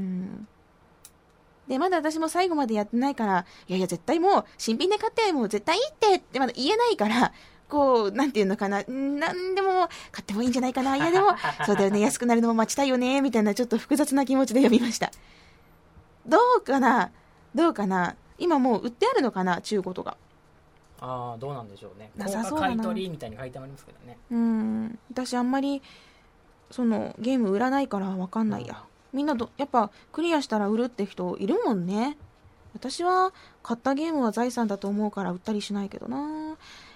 でまだ私も最後までやってないから、いや絶対もう新品で買ってもう絶対いいってまだ言えないから、こうなんていうのかな、なんでも買ってもいいんじゃないかな、いやでもそうだよね、安くなるのも待ちたいよねみたいな、ちょっと複雑な気持ちで読みました。どうかな今もう売ってあるのかな、中古とか。 どうなんでしょうね。 なさそうだな。 買い取りみたいに書いてありますけどね。 私あんまりそのゲーム売らないから分かんないや。みんなやっぱクリアしたら売るって人いるもんね。私は買ったゲームは財産だと思うから売ったりしないけどな。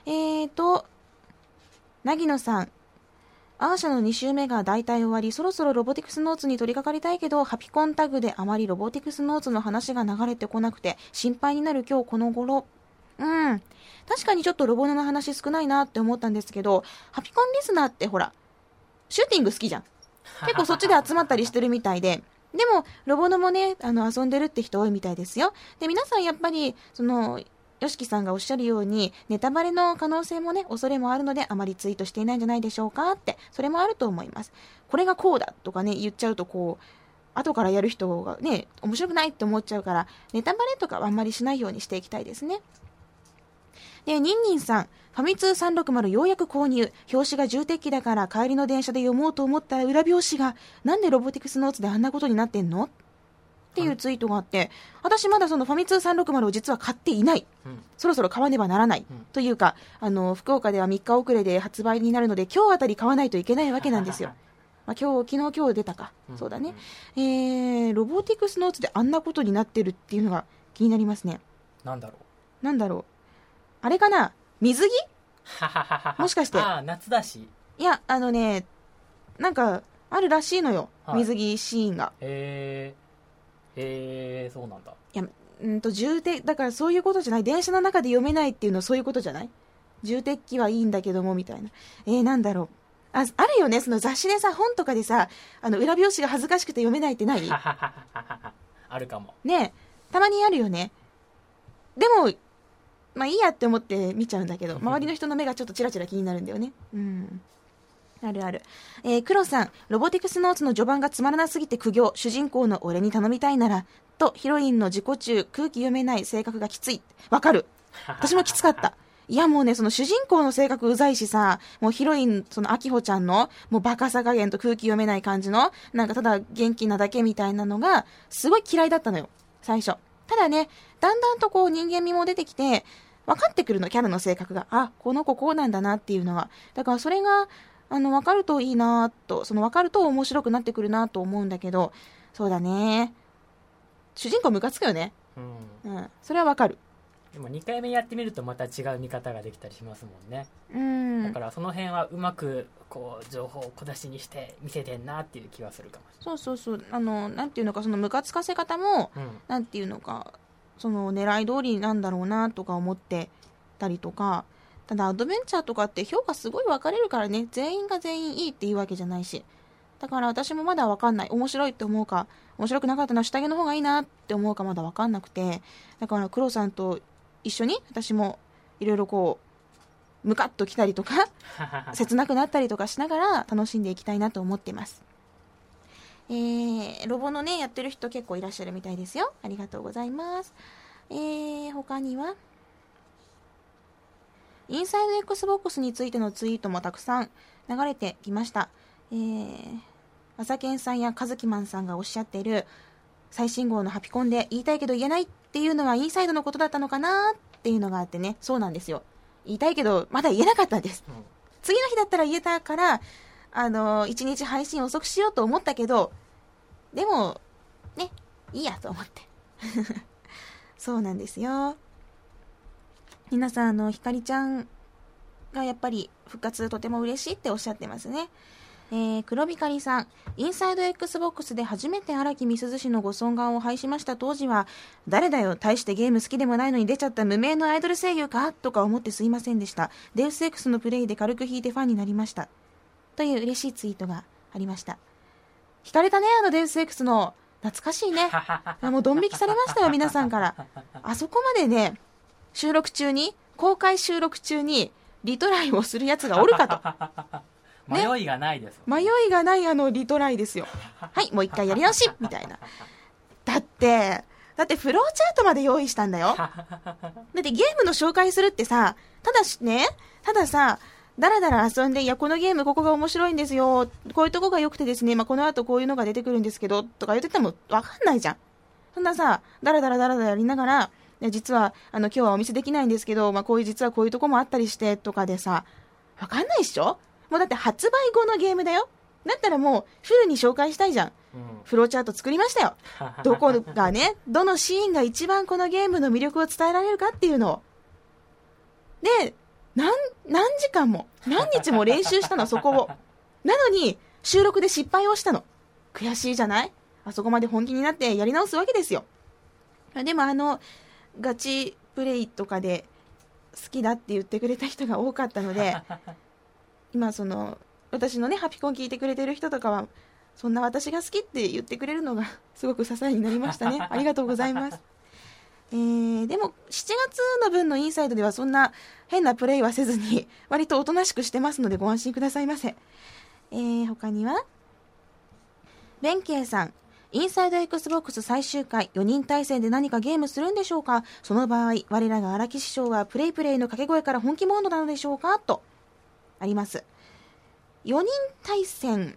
凪野さん、アーシャの2週目が大体終わり、そろそろロボティクスノーツに取り掛かりたいけど、ハピコンタグであまりロボティクスノーツの話が流れてこなくて心配になる今日この頃。確かにちょっとロボノの話少ないなって思ったんですけど、ハピコンリスナーってほらシューティング好きじゃん。結構そっちで集まったりしてるみたいで、でもロボノもね遊んでるって人多いみたいですよ。で皆さんやっぱりそのよしきさんがおっしゃるようにネタバレの可能性もね、恐れもあるのであまりツイートしていないんじゃないでしょうかって。それもあると思います。これがこうだとかね言っちゃうと、こう後からやる人がね面白くないって思っちゃうから、ネタバレとかはあんまりしないようにしていきたいですね。 で、ニンニンさん、ファミ通360ようやく購入。表紙が重鉄器だから帰りの電車で読もうと思ったら裏表紙が、なんでロボティクスノーツであんなことになってんのっていうツイートがあって、私まだそのファミ通360を実は買っていない。そろそろ買わねばならない。というか、福岡では3日遅れで発売になるので、今日あたり買わないといけないわけなんですよ。まあ、昨日出たか。そうだね。ロボティクスノーツであんなことになってるっていうのが気になりますね。 なんだろう。あれかな、水着もしかして。 ああ、夏だし。 いや、なんか、あるらしいのよ。はい、水着シーンが。 そうなんだ。 いや、重鉄、だからそういうことじゃない。電車の中で読めないっていうのはそういうことじゃない。重鉄器はいいんだけども、みたいな。なんだろう。あるよね、その雑誌でさ、本とかでさ、裏表紙が恥ずかしくて読めないってない？ あるかも。 ね、たまにあるよね。でも、まあいいやって思って見ちゃうんだけど、周りの人の目がちょっとチラチラ気になるんだよね。あるある。黒さん、ロボティクスノーツの序盤がつまらなすぎて苦行、主人公の俺に頼みたいなら、とヒロインの自己中、空気読めない性格がきつい。わかる。私もきつかった。いやもうね、その主人公の性格うざいしさ、もうヒロイン、その秋穂ちゃんの、もうバカさ加減と空気読めない感じの、なんかただ元気なだけみたいなのが、すごい嫌いだったのよ、最初。ただね、だんだんとこう人間味も出てきて、分かってくるの、キャラの性格が。あ、この子こうなんだなっていうのが。だからそれが、分かるといいなと、分かると面白くなってくるなと思うんだけど、そうだね。主人公ムカつくよね。それは分かる。 でも2回目やってみるとまた違う見方ができたりしますもんね。だからその辺はうまくこう情報を小出しにして見せてんなっていう気はするかもしれない。 そうなんていうのか、そのムカつかせ方も、なんていうのか、その狙い通りなんだろうなとか思ってたりとか。ただアドベンチャーとかって評価すごい分かれるからね、全員が全員いいっていうわけじゃないし、だから私もまだ分かんない。面白いって思うか、面白くなかったら下着の方がいいなって思うかまだ分かんなくて、だから黒さんと一緒に私もいろいろこうムカッときたりとか切なくなったりとかしながら楽しんでいきたいなと思っています。ロボのねやってる人結構いらっしゃるみたいですよ。ありがとうございます。他にはインサイド XBOX についてのツイートもたくさん流れてきました。朝健さんやカズキマンさんがおっしゃっている最新号のハピコンで言いたいけど言えないっていうのはインサイドのことだったのかなっていうのがあってね、そうなんですよ。言いたいけどまだ言えなかったんです。次の日だったら言えたから、1日配信遅くしようと思ったけど、でもね、いいやと思ってそうなんですよ。皆さんひかりちゃんがやっぱり復活とても嬉しいっておっしゃってますね。黒光さん、インサイド XBOX で初めて荒木美鈴氏のご尊顔を拝しました当時は、誰だよ、大してゲーム好きでもないのに出ちゃった無名のアイドル声優かとか思ってすいませんでした。デウス X のプレイで軽く弾いてファンになりましたという嬉しいツイートがありました。惹かれたね、デウス X の。懐かしいね。もうドン引きされましたよ、皆さんから。あそこまでね、公開収録中にリトライをするやつがおるかと。 ね、迷いがないです。 迷いがないリトライですよ。はい、もう一回やり直しみたいな。だってフローチャートまで用意したんだよ。だってゲームの紹介するってさ、たださ、だらだら遊んで、いや、このゲームここが面白いんですよ。こういうとこが良くてですね、この後こういうのが出てくるんですけど、とか言っててもわかんないじゃん。そんなさ、だらだらやりながら、実は、今日はお見せできないんですけど、実はこういうとこもあったりして、とかでさ、わかんないっしょ？もうだって発売後のゲームだよ。だったらもう、フルに紹介したいじゃん。フローチャート作りましたよ。どこがね、どのシーンが一番このゲームの魅力を伝えられるかっていうのを。で、何時間も、何日も練習したの、そこを。なのに、収録で失敗をしたの。悔しいじゃない？あそこまで本気になってやり直すわけですよ。でもガチプレイとかで好きだって言ってくれた人が多かったので、今私のね、ハピコン聞いてくれてる人とかは、そんな私が好きって言ってくれるのがすごく支えになりましたね。ありがとうございます。でも7月の分のインサイドではそんな変なプレイはせずに割とおとなしくしてますのでご安心くださいませ。他には弁慶さん、 インサイド Xbox 最終回、4人対戦で何かゲームするんでしょうか？その場合、我らが荒木師匠はプレイの掛け声から本気モードなのでしょうか？とあります。4人対戦、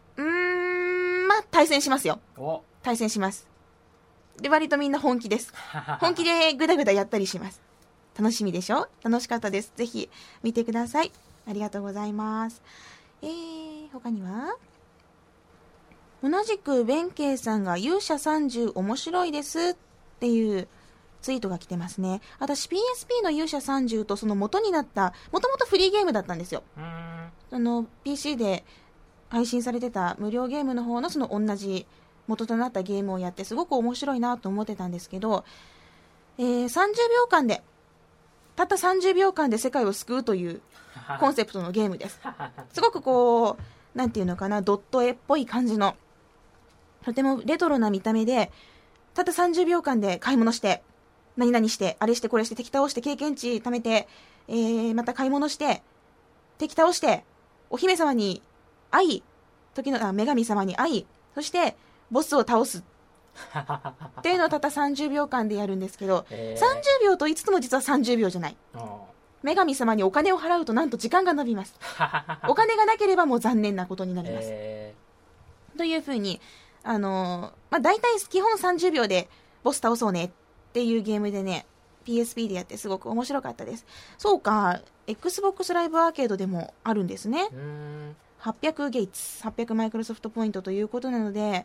対戦しますよ。対戦します。で、割とみんな本気です。本気でグダグダやったりします。楽しみでしょ？楽しかったです。ぜひ見てください。ありがとうございます。他には同じく弁慶さんが勇者30面白いですっていうツイートが来てますね。私 PSP の勇者30とその元になったもともとフリーゲームだったんですよ。PC で配信されてた無料ゲームの方のその同じ元となったゲームをやってすごく面白いなと思ってたんですけど、30秒間でたった30秒間で世界を救うというコンセプトのゲームです。すごくこうなんていうのかな、ドット絵っぽい感じのとてもレトロな見た目で、たった30秒間で買い物して何々してあれしてこれして敵倒して経験値貯めて、また買い物して敵倒してお姫様に会い、女神様に会い、そしてボスを倒すっていうのをたった30秒間でやるんですけど、30秒と言いつつも実は30秒じゃない。女神様にお金を払うとなんと時間が伸びます。お金がなければもう残念なことになります。というふうに大体基本30秒でボス倒そうねっていうゲームでね、 PSP でやってすごく面白かったです。そうか、 Xbox ライブアーケードでもあるんですね。800ゲイツ、800マイクロソフトポイントということなので、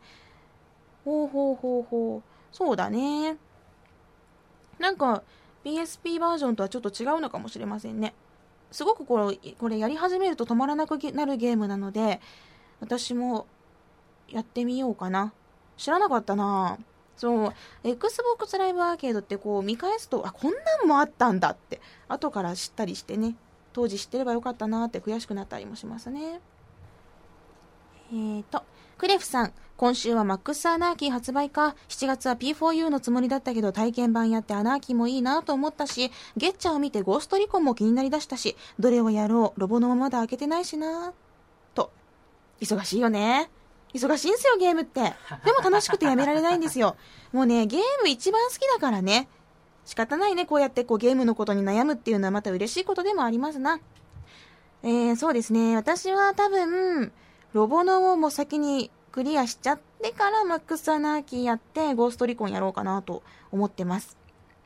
そうだね。なんか PSP バージョンとはちょっと違うのかもしれませんね。すごくこれやり始めると止まらなくなるゲームなので、私もやってみようかな。知らなかったな。そう、Xbox ライブアーケードってこう見返すと、こんなんもあったんだって後から知ったりしてね、当時知ってればよかったなって悔しくなったりもしますね。クレフさん、今週はマックスアナーキー発売か。7月は P4U のつもりだったけど体験版やってアナーキーもいいなと思ったし、ゲッチャを見てゴーストリコンも気になりだしたし、どれをやろう、ロボのままだ開けてないしなと。忙しいよね。忙しいんすよゲームって。でも楽しくてやめられないんですよ。もうね、ゲーム一番好きだからね、仕方ないね。こうやってゲームのことに悩むっていうのはまた嬉しいことでもありますな。そうですね、私は多分ロボノをもう先にクリアしちゃってからマックスアナーキーやってゴーストリコンやろうかなと思ってます。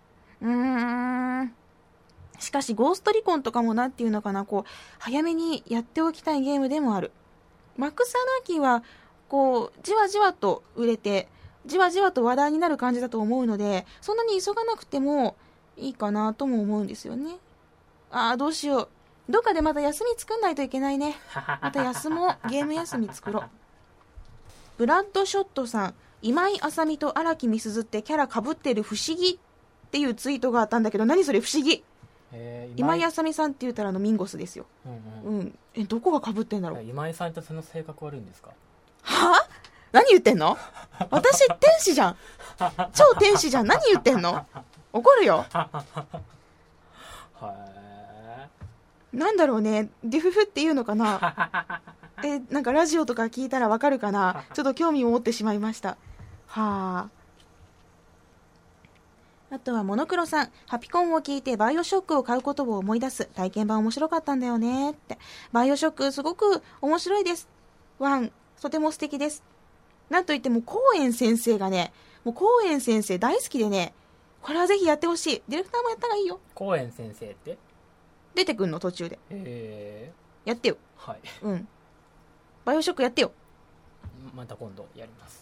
しかしゴーストリコンとかもなんていうのかな、早めにやっておきたいゲームでもある。マックスアナーキーはじわじわと売れてじわじわと話題になる感じだと思うので、そんなに急がなくてもいいかなとも思うんですよね。どうしよう、どっかでまた休み作んないといけないね。また休もう。ゲーム休み作ろう。ブラッドショットさん、今井あさみと荒木みすずってキャラ被ってる不思議っていうツイートがあったんだけど、何それ不思議。今井あさみさんって言ったらミンゴスですよ。どこが被ってんだろう。 今井さんってその性格悪いんですか？ 何言ってんの？私天使じゃん。超天使じゃん。何言ってんの？怒るよ。なんだろうね、ディフフっていうのかな。なんかラジオとか聞いたらわかるかな。ちょっと興味を持ってしまいました。あとはモノクロさん、ハピコンを聞いてバイオショックを買うことを思い出す。体験版面白かったんだよねって。バイオショックすごく面白いです。1とても素敵です。なんといってもコーエン先生がね、もうコーエン先生大好きでね、これはぜひやってほしい。ディレクターもやったらいいよ。 コーエン先生って出てくんの途中で。やってよ。 はい。 バイオショックやってよ。 また今度やります。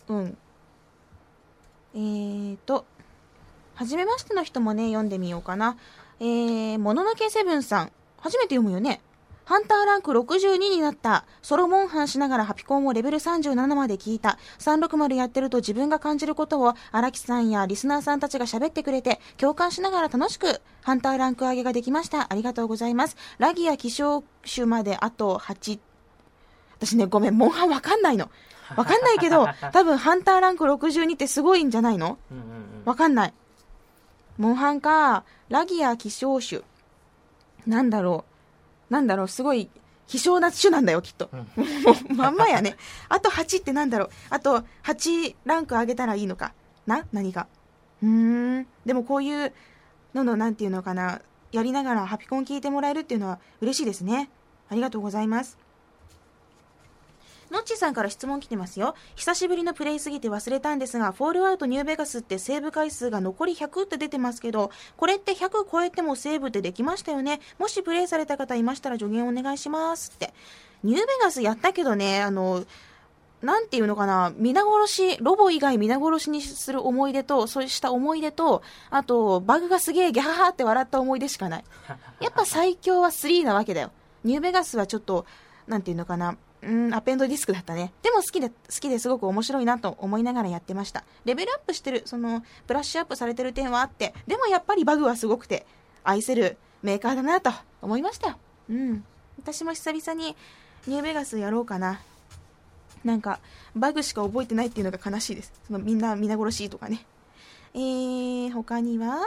はじめましての人もね、読んでみようかな。もののけセブンさん、初めて読むよね。ハンターランク62になった。ソロモンハンしながらハピコンをレベル37まで聞いた。360やってると自分が感じることを荒木さんやリスナーさんたちが喋ってくれて、共感しながら楽しくハンターランク上げができました。ありがとうございます。ラギア希少種まであと8。私ね、ごめん、モンハンわかんないの。わかんないけど、多分ハンターランク62ってすごいんじゃないの？わかんない。モンハンか、ラギア希少種。なんだろう、すごい希少な種なんだよきっと、まんまやね。あと8ってなんだろう、あと8ランク上げたらいいのかな、何が。でもこういうののなんていうのかな、やりながらハピコン聞いてもらえるっていうのは嬉しいですね。ありがとうございます。のっちさんから質問来てますよ。久しぶりのプレイすぎて忘れたんですが、フォールアウトニューベガスってセーブ回数が残り100って出てますけど、これって100超えてもセーブってできましたよね。もしプレイされた方いましたら助言お願いしますって。ニューベガスやったけどね、なんていうのかな、皆殺し、ロボ以外皆殺しにする思い出と、そうした思い出と、あとバグがすげえギャハハって笑った思い出しかない。やっぱ最強は3なわけだよ。ニューベガスはちょっとなんていうのかな、アペンドディスクだったね。でも好きですごく面白いなと思いながらやってました。レベルアップしてる、ブラッシュアップされてる点はあって、でもやっぱりバグはすごくて愛せるメーカーだなと思いましたよ。私も久々にニューベガスやろうかな。なんかバグしか覚えてないっていうのが悲しいです。みんな皆殺しとかね。他には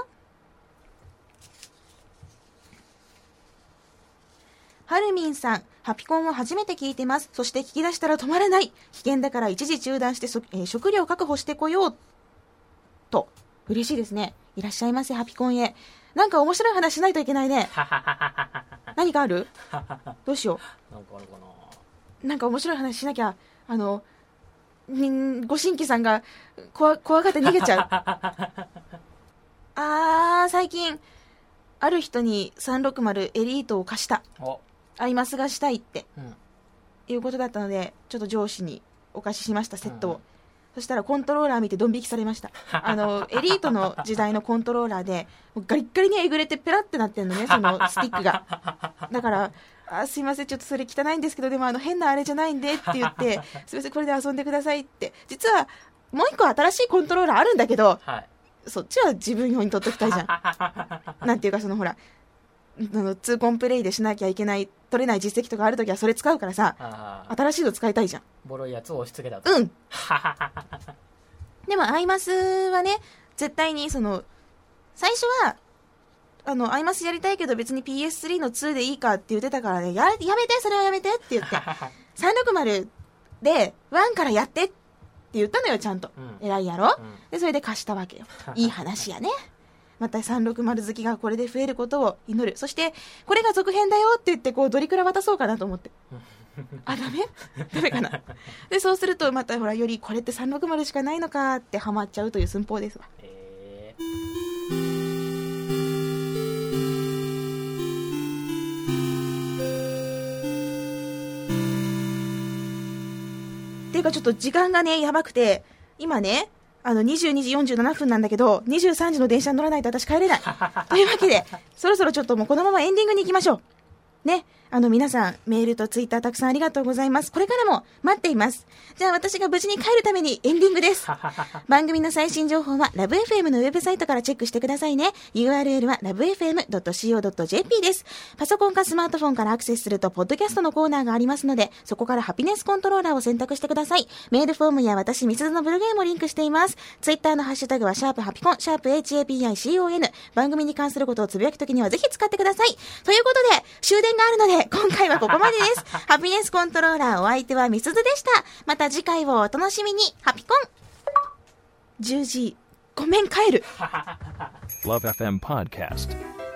はるみんさん、ハピコンを初めて聞いてます。そして聞き出したら止まらない。危険だから一時中断して、食料確保してこようと。嬉しいですね。いらっしゃいませ、ハピコンへ。なんか面白い話しないといけないね。何かある？どうしよう。 なんかあるかな。なんか面白い話しなきゃ。ご新規さんが怖がって逃げちゃう。最近ある人に360エリートを貸した。アイマスがしたいって、いうことだったので、ちょっと上司にお貸ししました、セットを。そしたらコントローラー見てドン引きされました。エリートの時代のコントローラーでもうガリッガリにえぐれてペラってなってるのね、そのスティックが。だからすいません、ちょっとそれ汚いんですけど、でも変なあれじゃないんでって言って、すいません、これで遊んでくださいって。実はもう一個新しいコントローラーあるんだけど、そっちは自分用に取っときたいじゃん。なんていうか、ほら2コンプレイでしなきゃいけない、取れない実績とかあるときはそれ使うからさ、新しいの使いたいじゃん。 ボロいやつを押し付けたと。 でもアイマスはね、絶対に最初はアイマスやりたいけど別に PS3 の2でいいかって言ってたからね、やめて、それはやめてって言って360で1からやってって言ったのよ、ちゃんと。偉いやろ。でそれで貸したわけよ。いい話やね。また360好きがこれで増えることを祈る。そしてこれが続編だよって言ってドリクラ渡そうかなと思って。ダメかな。でそうするとまたほら、よりこれって360しかないのかってハマっちゃうという寸法ですわ。っていうかちょっと時間がねやばくて、今ね22時47分なんだけど、23時の電車に乗らないと私帰れない。というわけで、そろそろちょっともうこのままエンディングに行きましょう。ね。皆さん、メールとツイッターたくさんありがとうございます。これからも待っています。じゃあ私が無事に帰るためにエンディングです。番組の最新情報はラブ FM のウェブサイトからチェックしてくださいね。URL は lovefm.co.jp です。パソコンかスマートフォンからアクセスすると、ポッドキャストのコーナーがありますので、そこからハピネスコントローラーを選択してください。メールフォームや私、みすずのブログへもリンクしています。ツイッターのハッシュタグはシャープハピコン、シャープ HAPICON。番組に関することをつぶやくときにはぜひ使ってください。ということで、終電があるので、今回はここまでです。ハピネスコントローラー、お相手はみすずでした。また次回をお楽しみに。ハピコン。10時、ごめん、帰る。 Love FM Podcast。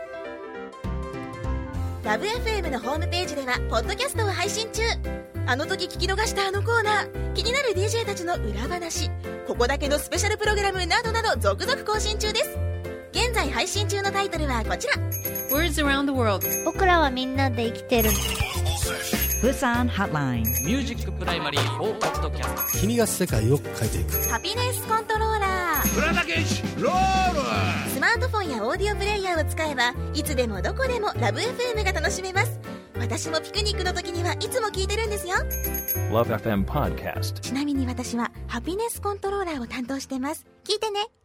ラブ FM のホームページではポッドキャストを配信中。あの時聞き逃したあのコーナー、気になる DJ たちの裏話、ここだけのスペシャルプログラムなどなど続々更新中です。現在配信中のタイトルはこちら。 Words Around the World。 僕らはみんなで生きてる。 Busan Hotline。 ミュージックプライマリー4ポッドキャスト。 君が世界を変えていく。 ハピネスコントローラー。 浦田健一ロール。 スマートフォンやオーディオプレイヤーを使えばいつでもどこでもラブ FM が楽しめます。私もピクニックの時にはいつも聞いてるんですよ。 Love FM Podcast。 ちなみに私はハピネスコントローラーを担当してます。聞いてね。